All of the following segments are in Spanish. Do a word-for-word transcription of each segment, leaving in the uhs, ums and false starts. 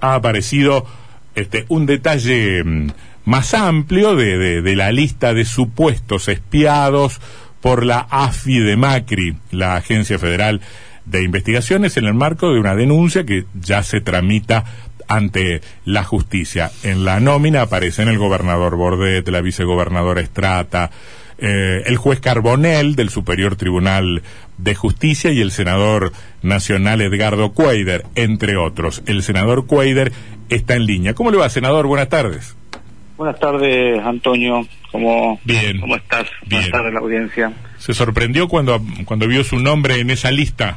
ha aparecido este, un detalle mm, más amplio de, de, de la lista de supuestos espiados por la A F I de Macri, la Agencia Federal de Investigaciones, en el marco de una denuncia que ya se tramita ante la justicia. En la nómina aparecen el gobernador Bordet, la vicegobernadora Estrata, eh, el juez Carbonell del Superior Tribunal de Justicia y el senador nacional Edgardo Cuéllar, entre otros. El senador Cuéllar está en línea. ¿Cómo le va, senador? Buenas tardes. Buenas tardes, Antonio. ¿Cómo, Bien. ¿Cómo estás? Bien. Buenas tardes, la audiencia. ¿Se sorprendió cuando, cuando vio su nombre en esa lista?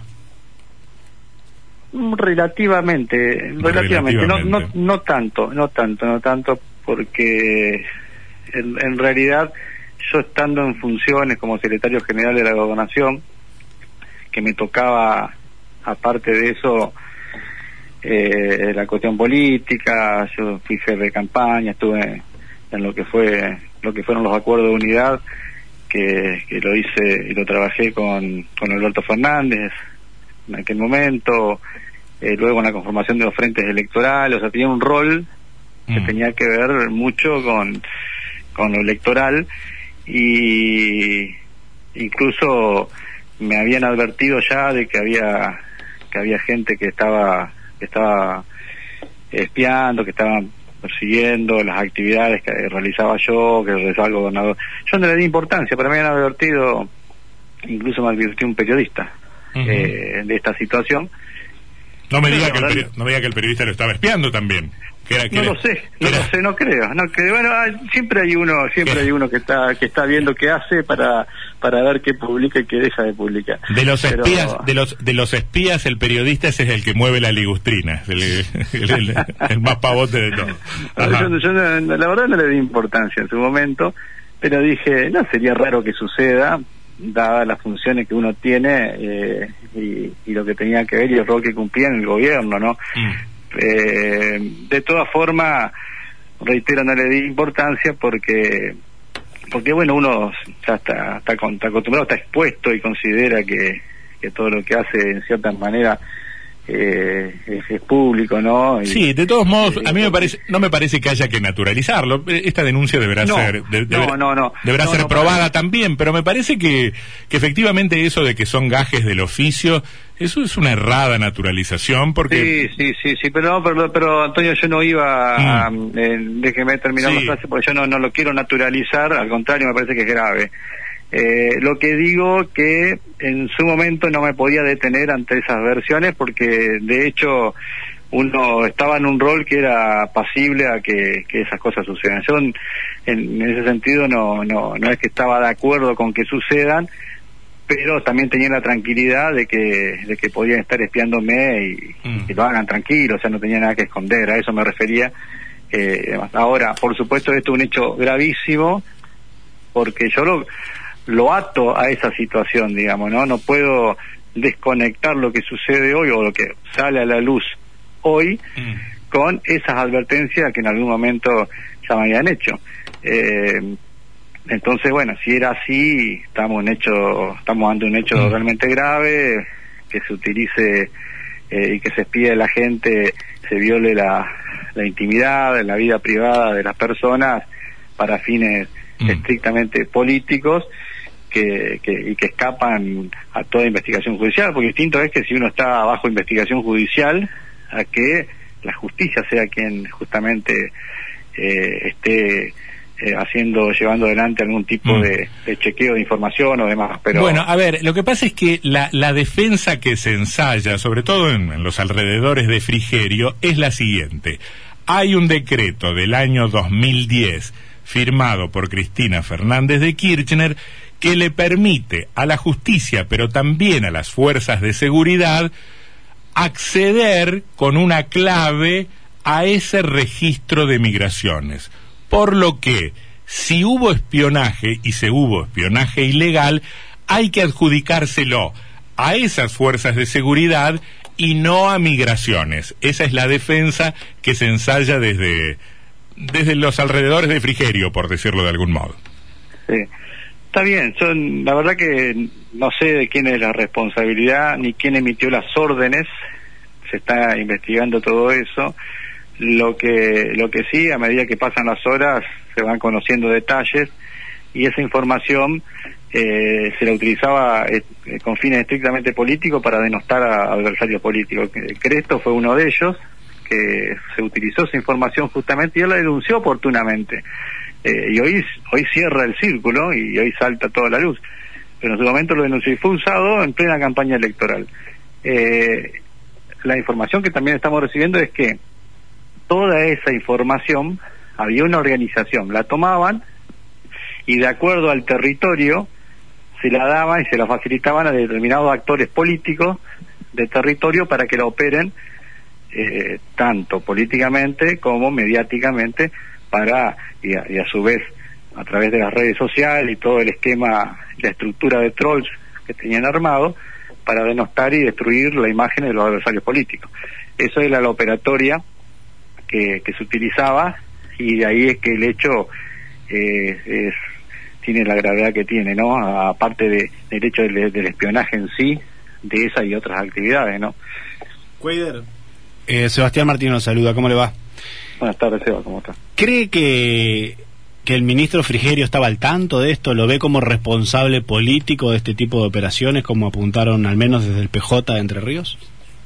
Relativamente, relativamente, relativamente. No, no, no tanto, no tanto, no tanto, porque en, en realidad yo estando en funciones como secretario general de la Gobernación, que me tocaba, aparte de eso, eh, la cuestión política, yo fui jefe de campaña, estuve en lo que fue, lo que fueron los acuerdos de unidad, que, que lo hice y lo trabajé con, con Alberto Fernández en aquel momento, eh, luego en la conformación de los frentes electorales, o sea, tenía un rol que mm. tenía que ver mucho con, con lo electoral, y incluso me habían advertido ya de que había que había gente que estaba que estaba espiando, que estaban persiguiendo las actividades que realizaba yo, que realizaba el gobernador. Yo no le di importancia, pero me habían advertido, incluso me advirtió un periodista uh-huh. eh, de esta situación. No me diga que el peri- no me diga que el periodista lo estaba espiando también. Que era, que no era, lo sé, no era... lo sé, no creo, no creo. Bueno, siempre hay uno, siempre hay uno que está que está viendo qué hace para para ver qué publica y qué deja de publicar. De los Pero... espías, de los de los espías, el periodista ese es el que mueve la ligustrina, el, el, el, el más pavote de todos. Yo, yo no, la verdad no le di importancia en su momento, pero dije, no, sería raro que suceda, dadas las funciones que uno tiene eh, y, y lo que tenía que ver y el rol que cumplía en el gobierno, ¿no? Mm. Eh, de todas formas, reitero, no le di importancia porque porque bueno, uno ya está, está, está acostumbrado, está expuesto y considera que, que todo lo que hace en cierta manera eh, es, es público, ¿no? Y, sí, de todos modos, a mí me parece, no me parece que haya que naturalizarlo. Esta denuncia deberá no, ser de, de, no, no, no, deberá no, ser no, probada para... también, pero me parece que, que efectivamente eso de que son gajes del oficio, eso es una errada naturalización, porque... Sí, sí, sí, sí, pero no, pero, pero Antonio, yo no iba mm. a... Eh, déjeme terminar sí. la frase, porque yo no, no lo quiero naturalizar, al contrario, me parece que es grave. Eh, lo que digo que en su momento no me podía detener ante esas versiones, porque de hecho uno estaba en un rol que era pasible a que, que esas cosas sucedan. Yo en, en ese sentido no, no, no es que estaba de acuerdo con que sucedan, pero también tenía la tranquilidad de que de que podían estar espiándome y, mm. y que lo hagan tranquilo, o sea, no tenía nada que esconder, a eso me refería. Eh, ahora, por supuesto, esto es un hecho gravísimo, porque yo lo, lo ato a esa situación, digamos, ¿no? No puedo desconectar lo que sucede hoy o lo que sale a la luz hoy mm. con esas advertencias que en algún momento ya me habían hecho. Eh, Entonces, bueno, si era así, estamos en hecho, estamos ante un hecho mm. realmente grave, que se utilice eh, y que se espíe a la gente, se viole la, la intimidad, la vida privada de las personas para fines mm. estrictamente políticos, que, que y que escapan a toda investigación judicial, porque distinto es que si uno está bajo investigación judicial, a que la justicia sea quien justamente eh, esté Eh, haciendo, llevando adelante algún tipo mm. de, de chequeo de información o demás, pero... Bueno, a ver, lo que pasa es que la, la defensa que se ensaya, sobre todo en, en los alrededores de Frigerio, es la siguiente. Hay un decreto del año dos mil diez, firmado por Cristina Fernández de Kirchner, que le permite a la justicia, pero también a las fuerzas de seguridad, acceder con una clave a ese registro de migraciones. Por lo que, si hubo espionaje, y se hubo espionaje ilegal, hay que adjudicárselo a esas fuerzas de seguridad y no a migraciones. Esa es la defensa que se ensaya desde, desde los alrededores de Frigerio, por decirlo de algún modo. Sí, está bien. Yo, la verdad que no sé de quién es la responsabilidad, ni quién emitió las órdenes. Se está investigando todo eso. Lo que, lo que sí, a medida que pasan las horas, se van conociendo detalles, y esa información eh, se la utilizaba eh, con fines estrictamente políticos para denostar a adversarios políticos. Cresto fue uno de ellos, que se utilizó esa información justamente, y él la denunció oportunamente. Eh, y hoy, hoy cierra el círculo, y hoy salta toda la luz. Pero en su momento lo denunció, y fue usado en plena campaña electoral. Eh, la información que también estamos recibiendo es que toda esa información, había una organización, la tomaban y de acuerdo al territorio se la daban y se la facilitaban a determinados actores políticos de territorio para que la operen eh, tanto políticamente como mediáticamente, para y a, y a su vez a través de las redes sociales y todo el esquema, la estructura de trolls que tenían armado, para denostar y destruir la imagen de los adversarios políticos. Eso era la operatoria que, que se utilizaba, y de ahí es que el hecho eh, es, tiene la gravedad que tiene, ¿no? Aparte de, del hecho del, del espionaje en sí, de esa y otras actividades, ¿no? Cuader, eh, Sebastián Martín nos saluda, ¿cómo le va? Buenas tardes, Seba, ¿cómo está? ¿Cree que, que el ministro Frigerio estaba al tanto de esto? ¿Lo ve como responsable político de este tipo de operaciones, como apuntaron al menos desde el P J de Entre Ríos?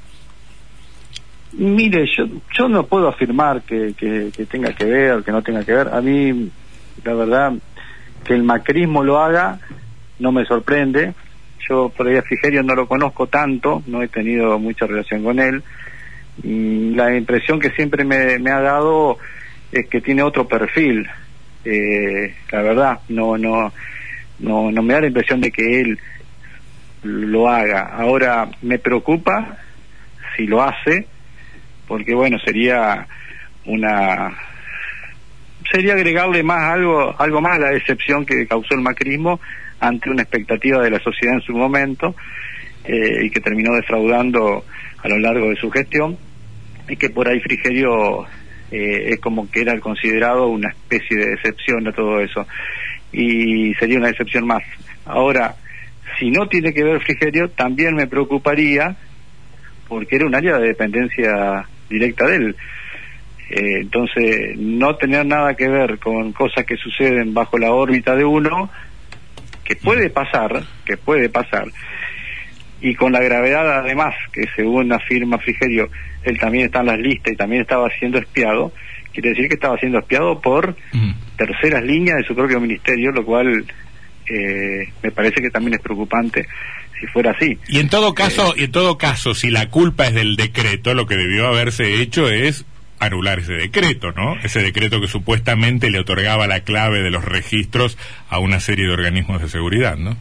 Mire, yo yo no puedo afirmar que, que, que tenga que ver, que no tenga que ver. A mí, la verdad, que el macrismo lo haga no me sorprende. Yo por ahí a Frigerio no lo conozco tanto, no he tenido mucha relación con él. Y la impresión que siempre me, me ha dado es que tiene otro perfil. Eh, la verdad, no, no, no, no me da la impresión de que él lo haga. Ahora, me preocupa si lo hace, porque bueno, sería una sería agregarle más algo algo más a la decepción que causó el macrismo ante una expectativa de la sociedad en su momento, eh, y que terminó defraudando a lo largo de su gestión, y que por ahí Frigerio eh, es como que era considerado una especie de decepción a todo eso, y sería una decepción más. Ahora, si no tiene que ver Frigerio, también me preocuparía, porque era un área de dependencia directa de él. Eh, entonces, no tener nada que ver con cosas que suceden bajo la órbita de uno, que puede pasar, que puede pasar, y con la gravedad además, que según afirma Frigerio, él también está en las listas y también estaba siendo espiado, quiere decir que estaba siendo espiado por uh-huh. terceras líneas de su propio ministerio, lo cual eh, me parece que también es preocupante si fuera así. Y en todo caso, eh, y en todo caso, si la culpa es del decreto, lo que debió haberse hecho es anular ese decreto, ¿no? Ese decreto que supuestamente le otorgaba la clave de los registros a una serie de organismos de seguridad, ¿no?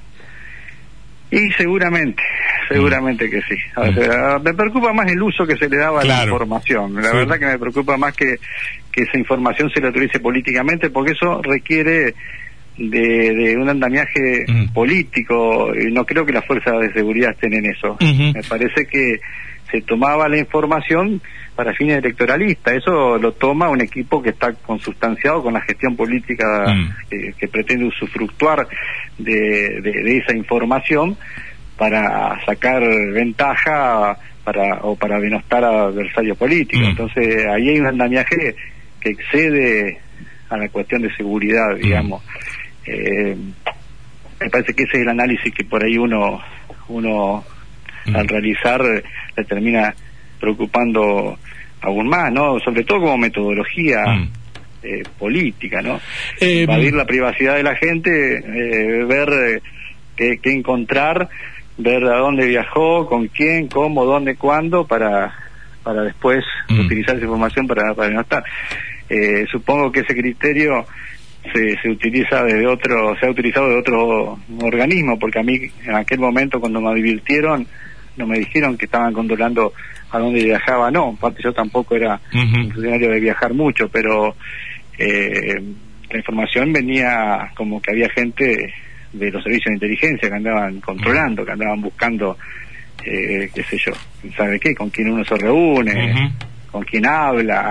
Y seguramente, seguramente mm. que sí. O sea, mm. me preocupa más el uso que se le daba a claro. la información. La sí. verdad que me preocupa más que, que esa información se la utilice políticamente, porque eso requiere de, de un andamiaje mm. político, y no creo que las fuerzas de seguridad estén en eso. Mm-hmm. Me parece que se tomaba la información para fines electoralistas. Eso lo toma un equipo que está consustanciado con la gestión política mm. que, que pretende usufructuar de, de, de esa información para sacar ventaja para o para denostar a adversarios políticos. Mm. Entonces ahí hay un andamiaje que excede a la cuestión de seguridad, digamos. Mm. Eh, me parece que ese es el análisis que por ahí uno uno mm. al realizar le termina preocupando aún más, ¿no? Sobre todo como metodología mm. eh, política, ¿no? Eh, Invadir la privacidad de la gente, eh, ver eh, qué, qué encontrar, ver a dónde viajó, con quién, cómo, dónde, cuándo, para para después mm. utilizar esa información para, para denostar. Eh, supongo que ese criterio se, se utiliza desde otro, se ha utilizado de otro organismo, porque a mí en aquel momento cuando me advirtieron, no me dijeron que estaban controlando a dónde viajaba, no, aparte yo tampoco era uh-huh. un funcionario de viajar mucho, pero eh, la información venía como que había gente de los servicios de inteligencia que andaban controlando, uh-huh. que andaban buscando, eh, qué sé yo, ¿sabe qué? Con quién uno se reúne, uh-huh. con quién habla,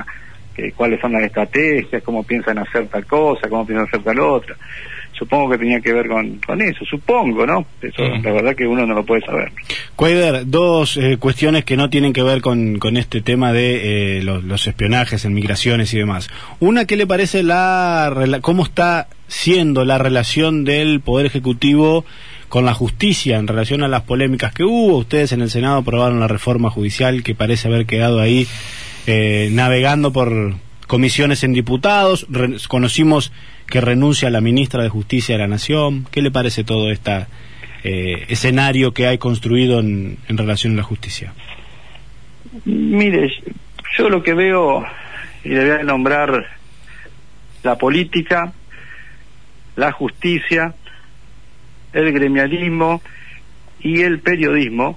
que cuáles son las estrategias, cómo piensan hacer tal cosa, cómo piensan hacer tal otra. Supongo que tenía que ver con, con eso, supongo, ¿no? Eso, uh-huh. La verdad que uno no lo puede saber. Cuader, dos eh, cuestiones que no tienen que ver con, con este tema de eh, los, los espionajes en migraciones y demás. Una, ¿qué le parece la cómo está siendo la relación del Poder Ejecutivo con la justicia en relación a las polémicas que hubo? Ustedes en el Senado aprobaron la reforma judicial que parece haber quedado ahí eh, navegando por comisiones en diputados. Re- conocimos que renuncia la ministra de Justicia de la Nación. ¿Qué le parece todo este eh, escenario que hay construido en, en relación a la justicia? Mire, yo lo que veo, y le voy a nombrar la política, la justicia, el gremialismo y el periodismo,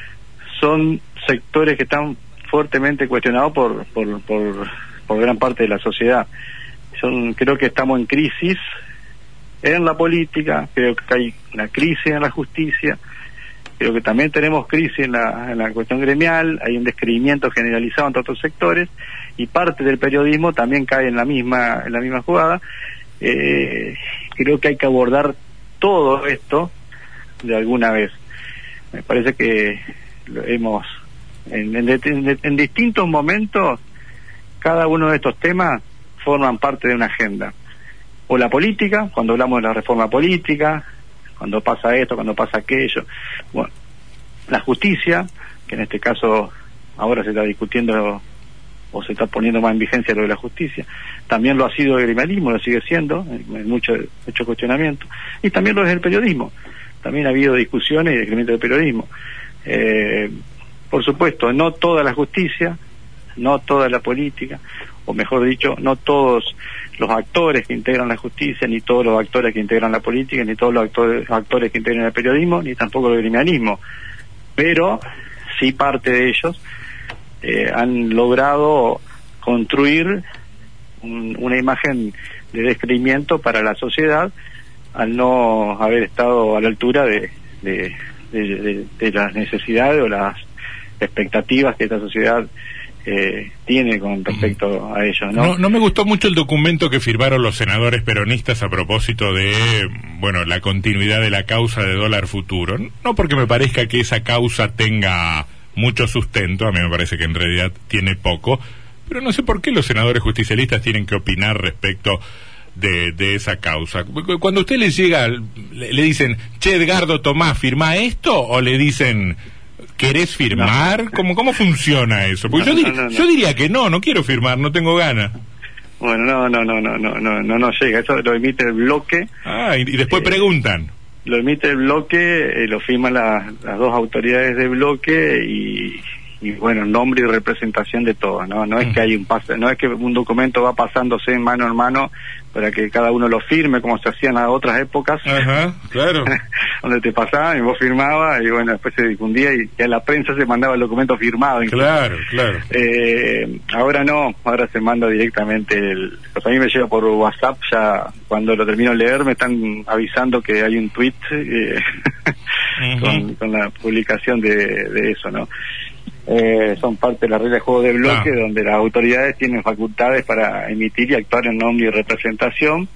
son sectores que están fuertemente cuestionados por, por, por, por gran parte de la sociedad. Son, creo que estamos en crisis en la política, creo que hay una crisis en la justicia, creo que también tenemos crisis en la, en la cuestión gremial, hay un descreimiento generalizado en todos otros sectores, y parte del periodismo también cae en la misma, en la misma jugada. Eh, creo que hay que abordar todo esto de alguna vez. Me parece que lo hemos, en, en, en, en distintos momentos, cada uno de estos temas forman parte de una agenda. O la política, cuando hablamos de la reforma política, cuando pasa esto, cuando pasa aquello. Bueno, la justicia, que en este caso ahora se está discutiendo o se está poniendo más en vigencia lo de la justicia. También lo ha sido el gremialismo, lo sigue siendo, en mucho, mucho cuestionamiento. Y también lo es el periodismo. También ha habido discusiones y decremento del periodismo. Eh, por supuesto, no toda la justicia, no toda la política, o mejor dicho, no todos los actores que integran la justicia, ni todos los actores que integran la política, ni todos los actores, actores que integran el periodismo, ni tampoco el gremialismo. Pero sí parte de ellos eh, han logrado construir un, una imagen de descreimiento para la sociedad al no haber estado a la altura de, de, de, de, de las necesidades o las expectativas que esta sociedad Eh, tiene con respecto a ellos, ¿no? ¿no? No me gustó mucho el documento que firmaron los senadores peronistas a propósito de, bueno, la continuidad de la causa de dólar futuro. No porque me parezca que esa causa tenga mucho sustento, a mí me parece que en realidad tiene poco, pero no sé por qué los senadores justicialistas tienen que opinar respecto de, de esa causa. Cuando a usted les llega, le, le dicen, che, Edgardo Tomás, ¿firma esto? ¿O le dicen, ¿querés firmar? No. ¿Cómo, ¿Cómo funciona eso? Porque no, yo, dir, no, no, yo diría que no, no quiero firmar, no tengo ganas. Bueno, no, no, no, no, no, no, no, no llega. Eso lo emite el bloque. Ah, y, y después eh, preguntan. Lo emite el bloque, eh, lo firman la, las dos autoridades del bloque y, y bueno, nombre y representación de todos, ¿no? No es que hay un pase, no es que un documento va pasándose en mano en mano para que cada uno lo firme como se hacía en las otras épocas. Ajá, claro. Donde te pasaban y vos firmabas y bueno, después se difundía y a la prensa se mandaba el documento firmado. Incluso. Claro, claro. Eh, ahora no, ahora se manda directamente el... Pues a mí me llega por WhatsApp, ya cuando lo termino de leer me están avisando que hay un tweet eh, uh-huh. con, con la publicación de, de eso, ¿no? Eh, son parte de la regla de juego de bloque, ah. donde las autoridades tienen facultades para emitir y actuar en nombre y representación.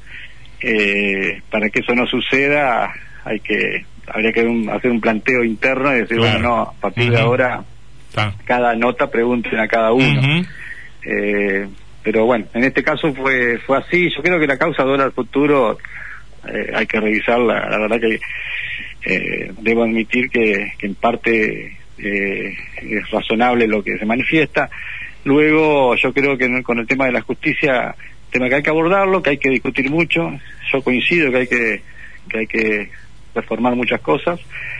Eh, para que eso no suceda hay que habría que un, hacer un planteo interno y decir, claro. bueno, no, a partir uh-huh. de ahora ah. cada nota pregunten a cada uno. Uh-huh. eh, pero bueno, en este caso fue fue así. Yo creo que la causa dólar futuro eh, hay que revisarla. La verdad que eh, debo admitir que, que en parte Eh, es razonable lo que se manifiesta. Luego yo creo que con el tema de la justicia, tema que hay que abordarlo, que hay que discutir mucho. Yo coincido que hay que que hay que reformar muchas cosas,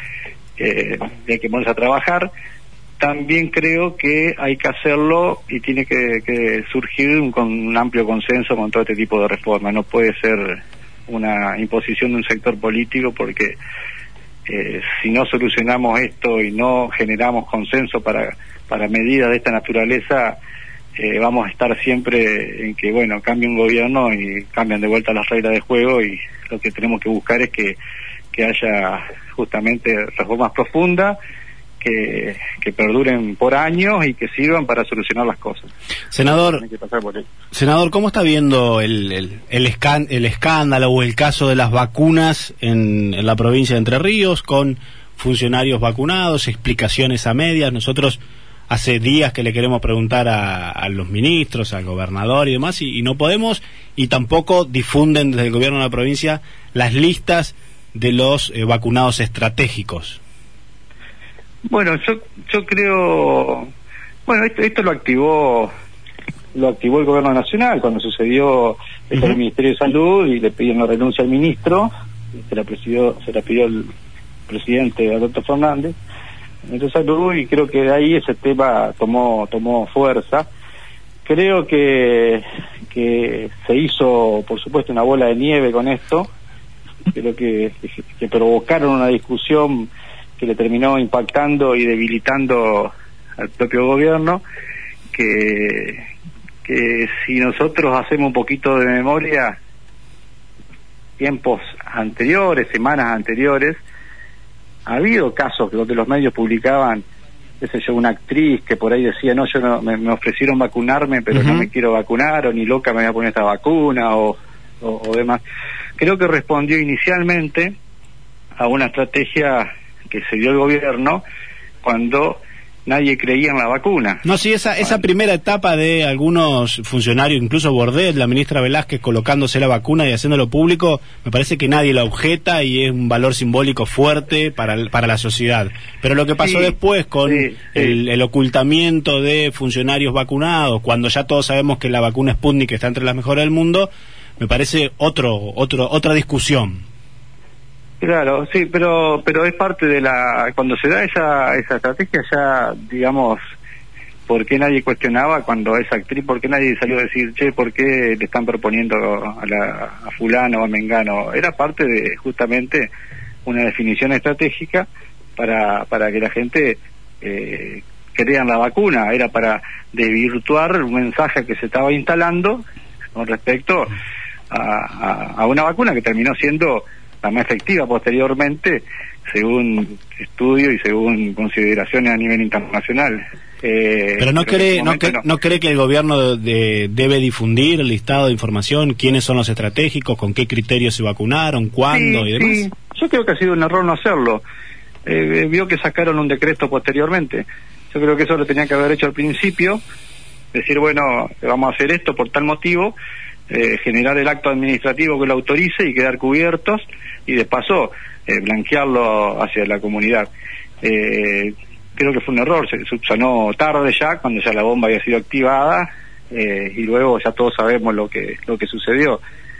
eh, que hay que ponerse a trabajar. También creo que hay que hacerlo y tiene que, que surgir un, con un amplio consenso con todo este tipo de reformas. No puede ser una imposición de un sector político, porque Eh, si no solucionamos esto y no generamos consenso para para medidas de esta naturaleza, eh, vamos a estar siempre en que, bueno, cambia un gobierno y cambian de vuelta las reglas de juego, y lo que tenemos que buscar es que, que haya justamente reformas profundas que, que perduren por años y que sirvan para solucionar las cosas. Senador, senador, ¿cómo está viendo el, el, el, escan, el escándalo o el caso de las vacunas en, en la provincia de Entre Ríos, con funcionarios vacunados, explicaciones a medias? Nosotros hace días que le queremos preguntar a, a los ministros, al gobernador y demás, y, y no podemos, y tampoco difunden desde el gobierno de la provincia las listas de los eh, vacunados estratégicos. Bueno, yo yo creo, bueno, esto, esto lo activó lo activó el gobierno nacional cuando sucedió esto uh-huh. el Ministerio de Salud y le pidieron la renuncia al ministro, se la presidió, se la pidió el presidente Alberto Fernández, el ministro de Salud, y creo que de ahí ese tema tomó tomó fuerza. Creo que que se hizo, por supuesto, una bola de nieve con esto. Creo que, que, que provocaron una discusión que le terminó impactando y debilitando al propio gobierno, que, que si nosotros hacemos un poquito de memoria, tiempos anteriores, semanas anteriores, ha habido casos donde los medios publicaban, qué sé yo, una actriz que por ahí decía, no, yo no, me, me ofrecieron vacunarme, pero uh-huh. no me quiero vacunar, o ni loca me voy a poner esta vacuna, o, o, o demás. Creo que respondió inicialmente a una estrategia que se dio el gobierno cuando nadie creía en la vacuna. No, sí, esa esa primera etapa de algunos funcionarios, incluso Bordet, la ministra Velázquez, colocándose la vacuna y haciéndolo público, me parece que nadie la objeta y es un valor simbólico fuerte para, para la sociedad. Pero lo que pasó sí, después con sí, sí. El, el ocultamiento de funcionarios vacunados, cuando ya todos sabemos que la vacuna Sputnik está entre las mejores del mundo, me parece otro otro otra discusión. Claro, sí, pero pero es parte de la... Cuando se da esa esa estrategia ya, digamos, ¿por qué nadie cuestionaba cuando esa actriz, por qué nadie salió a decir, che, por qué le están proponiendo a, la, a fulano o a mengano? Era parte de justamente una definición estratégica para para que la gente eh, crea en la vacuna, era para desvirtuar un mensaje que se estaba instalando con respecto a, a, a una vacuna que terminó siendo la más efectiva posteriormente, según estudios y según consideraciones a nivel internacional. Eh, pero no cree no, que, no. no cree que el gobierno de, debe difundir el listado de información, quiénes son los estratégicos, con qué criterios se vacunaron, cuándo sí, y demás. Sí. Yo creo que ha sido un error no hacerlo. Eh, vio que sacaron un decreto posteriormente. Yo creo que eso lo tenía que haber hecho al principio, decir, bueno, vamos a hacer esto por tal motivo, eh, generar el acto administrativo que lo autorice y quedar cubiertos, y de paso eh, blanquearlo hacia la comunidad. Eh, creo que fue un error, se subsanó tarde ya, cuando ya la bomba había sido activada, eh, y luego ya todos sabemos lo que lo que sucedió.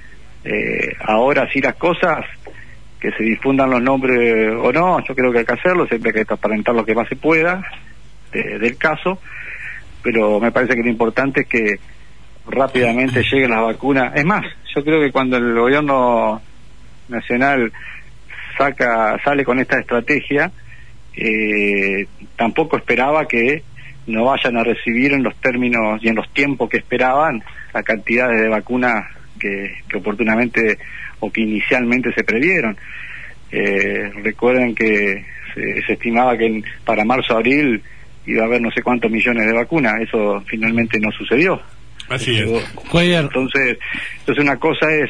Eh, ahora sí las cosas, que se difundan los nombres o no, yo creo que hay que hacerlo, siempre hay que transparentar lo que más se pueda de, del caso, pero me parece que lo importante es que rápidamente lleguen las vacunas. Es más, yo creo que cuando el gobierno nacional saca sale con esta estrategia, eh, tampoco esperaba que no vayan a recibir en los términos y en los tiempos que esperaban la cantidad de vacunas que, que oportunamente o que inicialmente se previeron. Eh, recuerden que se, se estimaba que en, para marzo abril iba a haber no sé cuántos millones de vacunas, eso finalmente no sucedió. Así es. Entonces, entonces una cosa es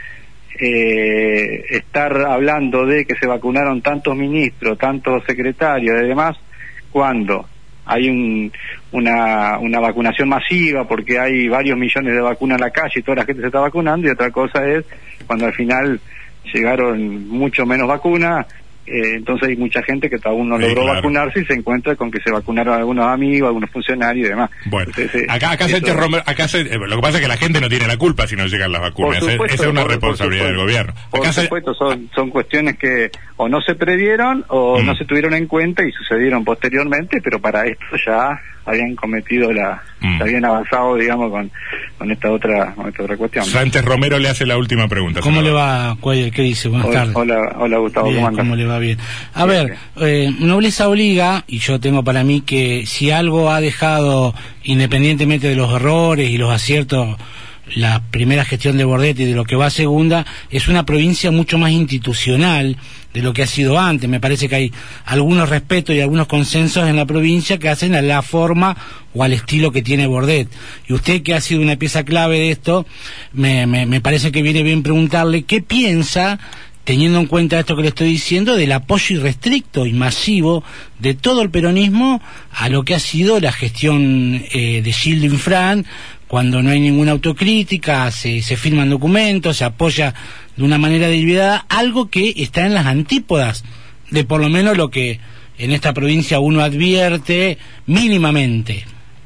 eh, estar hablando de que se vacunaron tantos ministros, tantos secretarios y demás, cuando hay un, una, una vacunación masiva porque hay varios millones de vacunas en la calle y toda la gente se está vacunando, y otra cosa es cuando al final llegaron mucho menos vacunas. Eh, entonces hay mucha gente que aún no sí, logró claro. vacunarse y se encuentra con que se vacunaron algunos amigos, algunos funcionarios y demás. Bueno, entonces, acá, acá, se Romero, acá se, eh, lo que pasa es que la gente no tiene la culpa si no llegan las vacunas, supuesto, esa es una por, responsabilidad por del gobierno. Acá por supuesto, se... son, son cuestiones que o no se previeron o mm. no se tuvieron en cuenta y sucedieron posteriormente, pero para esto ya habían cometido la, mm. ya habían avanzado, digamos, con, con esta otra con esta otra cuestión. Sánchez Romero le hace la última pregunta. ¿Cómo senador? le va, Cuellar? ¿Qué dice? Buenas hola, tardes. Hola, hola Gustavo, bien, ¿cómo andas? ¿Cómo le va? Bien. A bien, ver, bien. Eh, nobleza obliga, y yo tengo para mí que si algo ha dejado, independientemente de los errores y los aciertos la primera gestión de Bordet y de lo que va a segunda, es una provincia mucho más institucional de lo que ha sido antes. Me parece que hay algunos respetos y algunos consensos en la provincia que hacen a la forma o al estilo que tiene Bordet. Y usted, que ha sido una pieza clave de esto, me, me, me parece que viene bien preguntarle qué piensa, teniendo en cuenta esto que le estoy diciendo, del apoyo irrestricto y masivo de todo el peronismo a lo que ha sido la gestión eh, de Gildo Infran, cuando no hay ninguna autocrítica, se, se firman documentos, se apoya de una manera deliberada, algo que está en las antípodas de por lo menos lo que en esta provincia uno advierte mínimamente.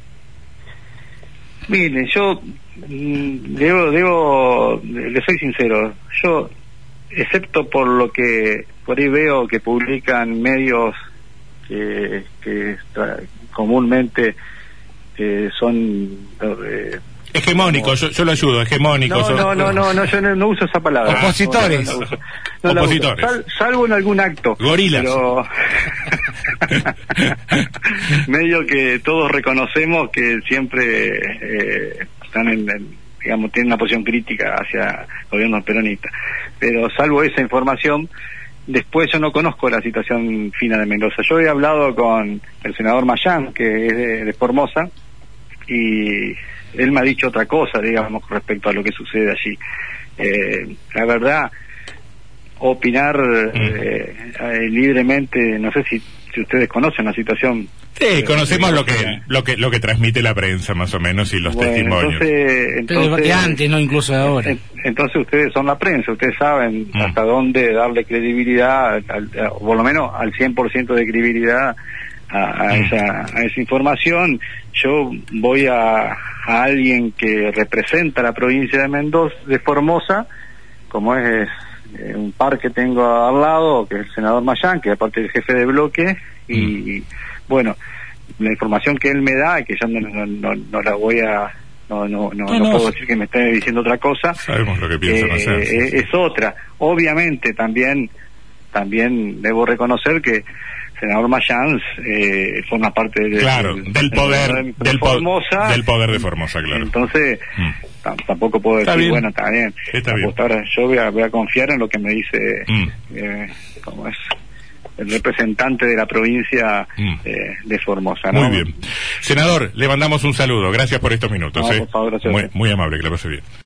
Mire, yo mm, debo, debo, le soy sincero, yo, excepto por lo que por ahí veo que publican medios que, que comúnmente eh, son eh, hegemónicos, yo, yo lo ayudo, hegemónicos. No, no, no, no, no, yo no, no uso esa palabra. Opositores. No, no, no uso. No la Opositores. uso. Sal, salvo en algún acto. Gorilas. Pero medio que todos reconocemos que siempre eh, están en, en, digamos, tienen una posición crítica hacia gobiernos peronistas. Pero salvo esa información, después yo no conozco la situación fina de Mendoza. Yo he hablado con el senador Mayán, que es de, de Formosa, y él me ha dicho otra cosa, digamos, con respecto a lo que sucede allí. Eh, la verdad, opinar eh, eh, libremente, no sé si, si ustedes conocen la situación. Sí, eh, conocemos lo que lo que lo que transmite la prensa, más o menos, y los bueno, testimonios. Entonces, entonces, de antes, no incluso de ahora. Entonces ustedes son la prensa, ustedes saben mm. hasta dónde darle credibilidad, al, o por lo menos al cien por ciento de credibilidad a, a, mm. esa, a esa información. Yo voy a, a alguien que representa la provincia de Mendoza, de Formosa, como es eh, un par que tengo al lado, que es el senador Mayán, que aparte es el jefe de bloque, y, mm. y bueno, la información que él me da, que yo no, no, no, no la voy a, no, no, no, no, no puedo decir que me esté diciendo otra cosa. Sabemos lo que piensan eh, hacer. Eh, es otra. Obviamente también, también debo reconocer que senador Mayans eh, forma parte de, claro, del, del poder de, de del, Formosa, del poder de Formosa, claro. Entonces mm. tampoco puedo decir, está bueno, está bien, está bien. Ahora yo voy a, voy a confiar en lo que me dice mm. eh, como es el representante de la provincia mm. eh, de Formosa, ¿no? Muy bien. Senador, le mandamos un saludo, gracias por estos minutos. No, ¿eh? por favor, gracias. Muy, muy amable, que la pase bien.